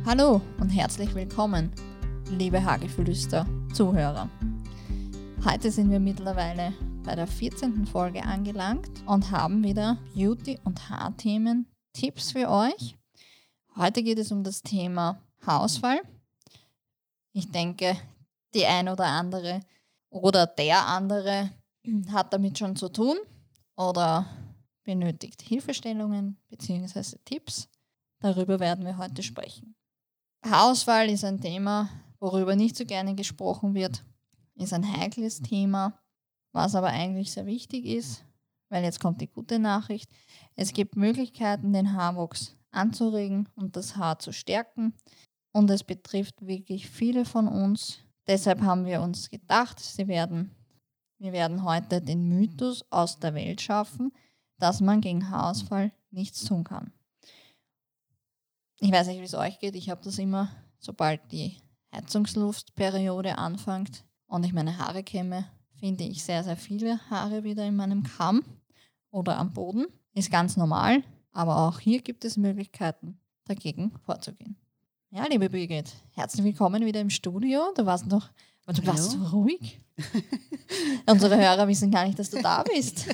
Hallo und herzlich willkommen, liebe Hagelflüster-Zuhörer. Heute sind wir mittlerweile bei der 14. Folge angelangt und haben wieder Beauty- und Haarthemen, Tipps für euch. Heute geht es um das Thema Haarausfall. Ich denke, die ein oder andere oder der andere hat damit schon zu tun oder benötigt Hilfestellungen bzw. Tipps. Darüber werden wir heute sprechen. Haarausfall ist ein Thema, worüber nicht so gerne gesprochen wird, ist ein heikles Thema, was aber eigentlich sehr wichtig ist, weil jetzt kommt die gute Nachricht. Es gibt Möglichkeiten, den Haarwuchs anzuregen und das Haar zu stärken und es betrifft wirklich viele von uns. Deshalb haben wir uns gedacht, wir werden heute den Mythos aus der Welt schaffen, dass man gegen Haarausfall nichts tun kann. Ich weiß nicht, wie es euch geht. Ich habe das immer, sobald die Heizungsluftperiode anfängt und ich meine Haare kämme, finde ich sehr, sehr viele Haare wieder in meinem Kamm oder am Boden. Ist ganz normal, aber auch hier gibt es Möglichkeiten, dagegen vorzugehen. Ja, liebe Birgit, herzlich willkommen wieder im Studio. Du warst so ruhig. Unsere Hörer wissen gar nicht, dass du da bist.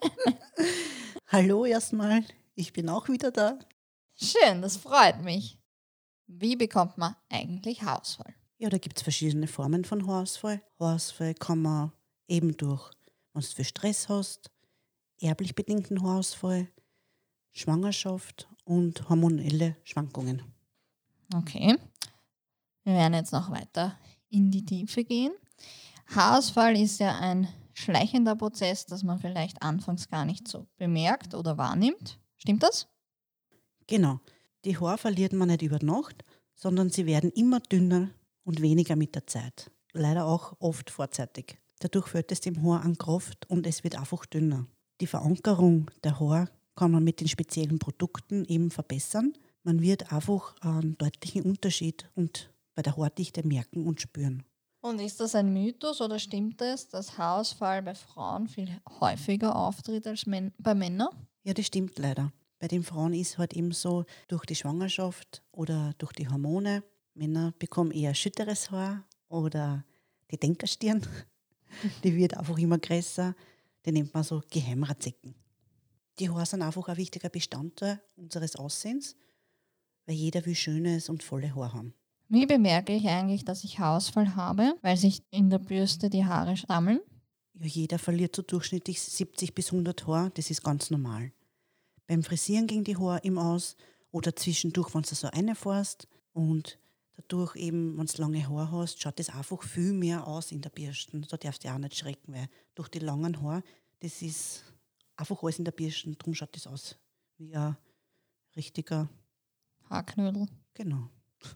Hallo erstmal, ich bin auch wieder da. Schön, das freut mich. Wie bekommt man eigentlich Haarausfall? Ja, da gibt es verschiedene Formen von Haarausfall. Haarausfall kann man eben durch, wenn du viel Stress hast, erblich bedingten Haarausfall, Schwangerschaft und hormonelle Schwankungen. Okay, wir werden jetzt noch weiter in die Tiefe gehen. Haarausfall ist ja ein schleichender Prozess, das man vielleicht anfangs gar nicht so bemerkt oder wahrnimmt. Stimmt das? Genau, die Haare verliert man nicht über Nacht, sondern sie werden immer dünner und weniger mit der Zeit. Leider auch oft vorzeitig. Dadurch fällt es dem Haar an Kraft und es wird einfach dünner. Die Verankerung der Haare kann man mit den speziellen Produkten eben verbessern. Man wird einfach einen deutlichen Unterschied und bei der Haardichte merken und spüren. Und ist das ein Mythos oder stimmt es, dass Haarausfall bei Frauen viel häufiger auftritt als bei Männern? Ja, das stimmt leider. Bei den Frauen ist halt eben so, durch die Schwangerschaft oder durch die Hormone, Männer bekommen eher schütteres Haar oder die Denkerstirn, die wird einfach immer größer, die nennt man so Geheimratsecken. Die Haare sind einfach ein wichtiger Bestandteil unseres Aussehens, weil jeder will schönes und volle Haare haben. Wie bemerke ich eigentlich, dass ich Haarausfall habe, weil sich in der Bürste die Haare sammeln? Ja, jeder verliert so durchschnittlich 70 bis 100 Haare, das ist ganz normal. Beim Frisieren gehen die Haare im Aus oder zwischendurch, wenn du so reinfährst und dadurch eben, wenn du lange Haare hast, schaut das einfach viel mehr aus in der Bürste. Da darfst du auch nicht schrecken, weil durch die langen Haare, das ist einfach alles in der Bürste, darum schaut das aus wie ein richtiger Haarknödel. Genau.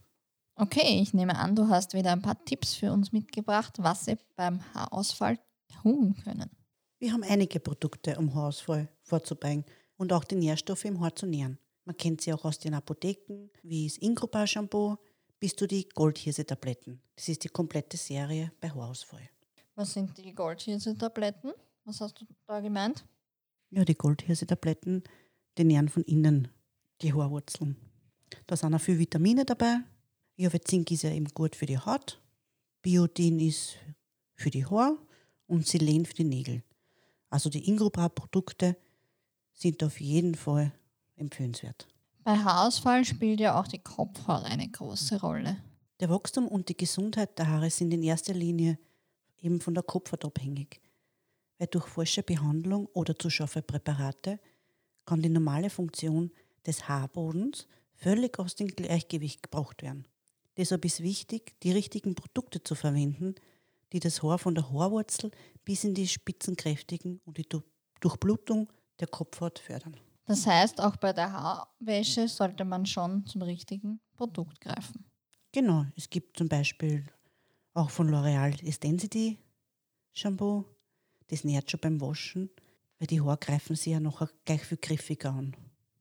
Okay, ich nehme an, du hast wieder ein paar Tipps für uns mitgebracht, was sie beim Haarausfall tun können. Wir haben einige Produkte, um Haarausfall vorzubeugen und auch die Nährstoffe im Haar zu nähren. Man kennt sie auch aus den Apotheken, wie das Ingrupa-Shampoo bis zu die Goldhirse-Tabletten. Das ist die komplette Serie bei Haarausfall. Was sind die Goldhirse-Tabletten? Was hast du da gemeint? Ja, die Goldhirse-Tabletten, die nähren von innen die Haarwurzeln. Da sind auch viele Vitamine dabei. Ja, weil Zink ist ja eben gut für die Haut, Biotin ist für die Haare und Selen für die Nägel. Also die Ingrupa-Produkte sind auf jeden Fall empfehlenswert. Bei Haarausfall spielt ja auch die Kopfhaut eine große Rolle. Der Wachstum und die Gesundheit der Haare sind in erster Linie eben von der Kopfhaut abhängig. Weil durch falsche Behandlung oder zu scharfe Präparate kann die normale Funktion des Haarbodens völlig aus dem Gleichgewicht gebracht werden. Deshalb ist wichtig, die richtigen Produkte zu verwenden, die das Haar von der Haarwurzel bis in die Spitzen kräftigen und die Durchblutung der Kopfhaut fördern. Das heißt, auch bei der Haarwäsche sollte man schon zum richtigen Produkt greifen. Genau, es gibt zum Beispiel auch von L'Oreal das Density Shampoo, das nährt schon beim Waschen, weil die Haare greifen sich ja nachher gleich viel griffiger an.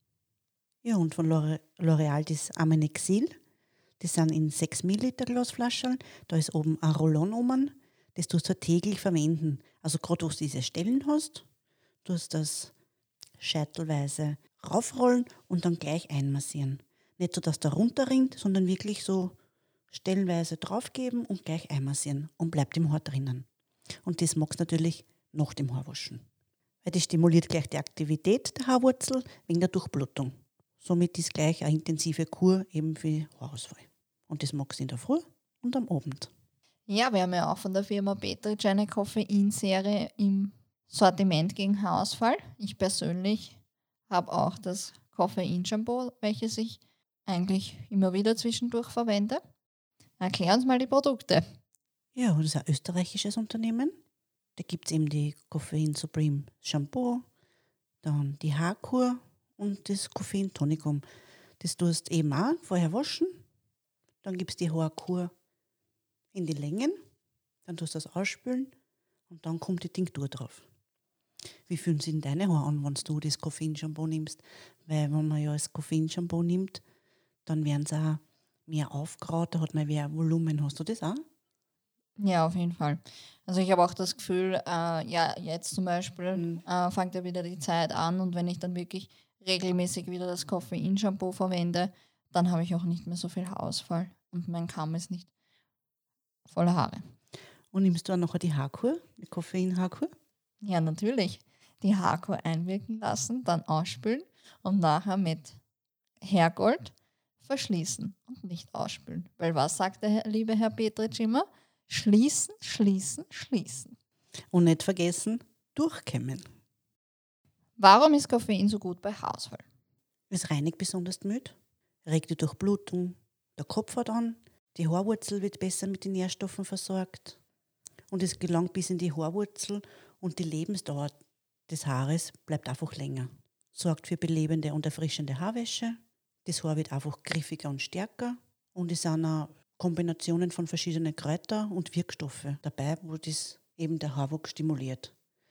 Ja, und von L'Oreal das Aminexil, das sind in 6 Milliliter Glasflaschen, da ist oben ein Rollon oben, das tust du täglich verwenden. Also gerade wo du diese Stellen hast, tust das scheitelweise raufrollen und dann gleich einmassieren. Nicht so, dass der runterrinnt, sondern wirklich so stellenweise draufgeben und gleich einmassieren und bleibt im Haar drinnen. Und das magst du natürlich nach dem Haarwaschen. Weil das stimuliert gleich die Aktivität der Haarwurzel wegen der Durchblutung. Somit ist gleich eine intensive Kur eben für Haarausfall. Und das magst du in der Früh und am Abend. Ja, wir haben ja auch von der Firma Petric eine Koffeinserie im Sortiment gegen Haarausfall. Ich persönlich habe auch das Koffeinshampoo, welches ich eigentlich immer wieder zwischendurch verwende. Erklär uns mal die Produkte. Ja, das ist ein österreichisches Unternehmen. Da gibt es eben die Koffein Supreme Shampoo, dann die Haarkur und das Koffein Tonicum. Das tust du eben auch vorher waschen. Dann gibt es die Haarkur in die Längen. Dann tust du das ausspülen und dann kommt die Tinktur drauf. Wie fühlen sich deine Haare an, wenn du das Koffeinshampoo nimmst? Weil wenn man ja das Koffeinshampoo nimmt, dann werden sie auch mehr aufgeraut, da hat man mehr Volumen. Hast du das auch? Ja, auf jeden Fall. Also ich habe auch das Gefühl, jetzt zum Beispiel fängt ja wieder die Zeit an und wenn ich dann wirklich regelmäßig wieder das Koffeinshampoo verwende, dann habe ich auch nicht mehr so viel Haarausfall und mein Kamm ist nicht voller Haare. Und nimmst du auch nachher die Haarkur, die Koffein-Haarkur? Ja, natürlich. Die Haarkur einwirken lassen, dann ausspülen und nachher mit Hairgold verschließen und nicht ausspülen. Weil was sagt der liebe Herr Petric immer? Schließen, schließen, schließen. Und nicht vergessen, durchkämmen. Warum ist Koffein so gut bei Haarausfall? Es reinigt besonders die Milch, regt die Durchblutung, der Kopfhaut an, die Haarwurzel wird besser mit den Nährstoffen versorgt und es gelangt bis in die Haarwurzel und die Lebensdauer des Haares bleibt einfach länger. Sorgt für belebende und erfrischende Haarwäsche, das Haar wird einfach griffiger und stärker und es sind auch Kombinationen von verschiedenen Kräutern und Wirkstoffe dabei, wo das eben der Haarwuchs stimuliert.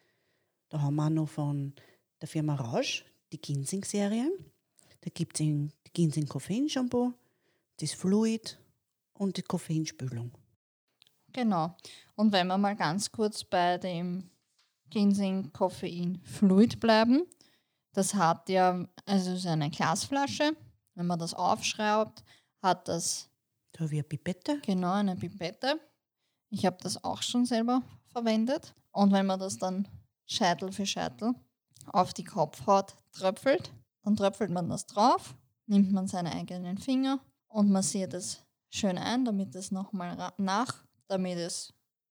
Da haben wir auch noch von der Firma Rausch die Ginseng-Serie. Da gibt es die Ginseng-Koffein-Shampoo, das Fluid und die Koffeinspülung. Genau. Und wenn wir mal ganz kurz bei dem Ginseng-Koffein-Fluid bleiben, das hat ja, also es ist eine Glasflasche. Wenn man das aufschraubt, hat das Da habe ich eine Pipette. genau eine Pipette. Ich habe das auch schon selber verwendet. Und wenn man das dann Scheitel für Scheitel auf die Kopfhaut tröpfelt, dann tröpfelt man das drauf, nimmt man seine eigenen Finger und massiert es schön ein, damit es nochmal damit es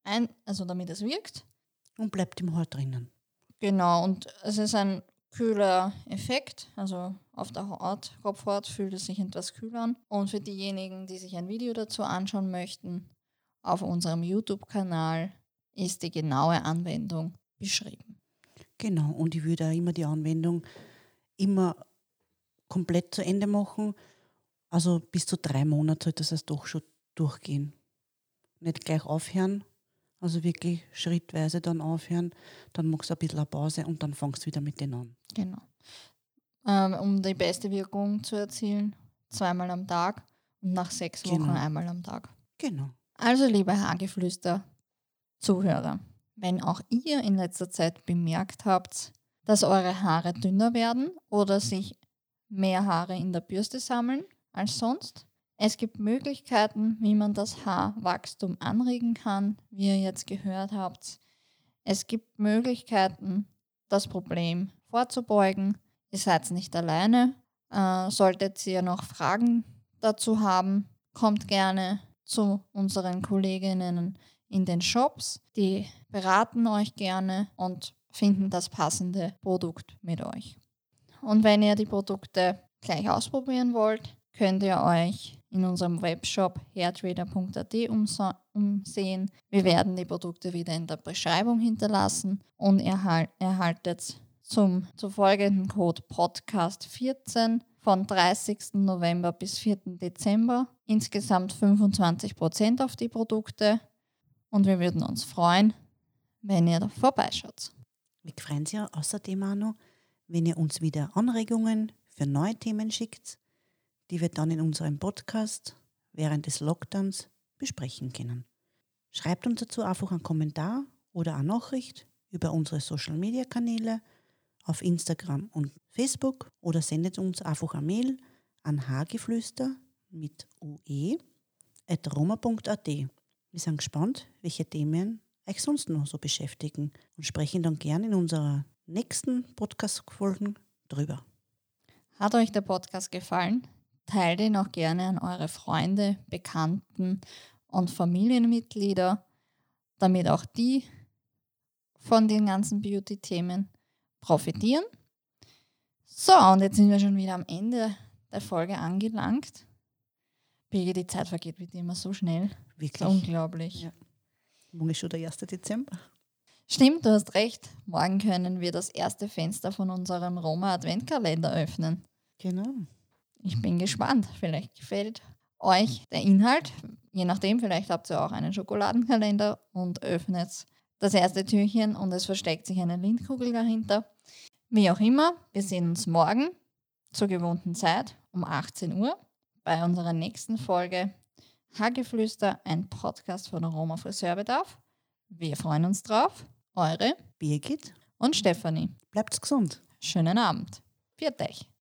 wirkt. Und bleibt im Haar drinnen. Genau, und es ist ein kühler Effekt, also auf der Kopfhaut fühlt es sich etwas kühler an. Und für diejenigen, die sich ein Video dazu anschauen möchten, auf unserem YouTube-Kanal ist die genaue Anwendung beschrieben. Genau, und ich würde auch immer die Anwendung immer komplett zu Ende machen. Also bis zu 3 Monate sollte das doch schon durchgehen. Nicht gleich aufhören, also wirklich schrittweise dann aufhören, dann machst du ein bisschen eine Pause und dann fangst du wieder mit denen an. Genau. Um die beste Wirkung zu erzielen, 2-mal am Tag und nach 6 Wochen einmal am Tag. Genau. Also liebe Haargeflüster-Zuhörer, wenn auch ihr in letzter Zeit bemerkt habt, dass eure Haare dünner werden oder sich mehr Haare in der Bürste sammeln als sonst, es gibt Möglichkeiten, wie man das Haarwachstum anregen kann, wie ihr jetzt gehört habt. Es gibt Möglichkeiten, das Problem vorzubeugen. Ihr seid nicht alleine. Solltet ihr noch Fragen dazu haben, kommt gerne zu unseren Kolleginnen in den Shops. Die beraten euch gerne und finden das passende Produkt mit euch. Und wenn ihr die Produkte gleich ausprobieren wollt, könnt ihr euch in unserem Webshop hairtrader.at umsehen. Wir werden die Produkte wieder in der Beschreibung hinterlassen und erhaltet zum folgenden Code Podcast14 von 30. November bis 4. Dezember insgesamt 25% auf die Produkte und wir würden uns freuen, wenn ihr da vorbeischaut. Wir freuen uns ja außerdem auch noch, wenn ihr uns wieder Anregungen für neue Themen schickt, die wir dann in unserem Podcast während des Lockdowns besprechen können. Schreibt uns dazu einfach einen Kommentar oder eine Nachricht über unsere Social-Media-Kanäle auf Instagram und Facebook oder sendet uns einfach eine Mail an hageflüster mit ue@roma.at. Wir sind gespannt, welche Themen euch sonst noch so beschäftigen und sprechen dann gerne in unserer nächsten Podcast-Folgen drüber. Hat euch der Podcast gefallen? Teilt ihn auch gerne an eure Freunde, Bekannten und Familienmitglieder, damit auch die von den ganzen Beauty-Themen profitieren. So, und jetzt sind wir schon wieder am Ende der Folge angelangt. Birgit, die Zeit vergeht wie immer so schnell. Wirklich. Das ist unglaublich. Ja. Morgen ist schon der 1. Dezember. Stimmt, du hast recht. Morgen können wir das erste Fenster von unserem Roma-Adventkalender öffnen. Genau. Ich bin gespannt. Vielleicht gefällt euch der Inhalt. Je nachdem, vielleicht habt ihr auch einen Schokoladenkalender und öffnet das erste Türchen und es versteckt sich eine Lindkugel dahinter. Wie auch immer, wir sehen uns morgen zur gewohnten Zeit um 18 Uhr bei unserer nächsten Folge Hageflüster, ein Podcast von Roma Friseurbedarf. Wir freuen uns drauf. Eure Birgit, und Stefanie. bleibt's gesund. Schönen Abend. Viert euch.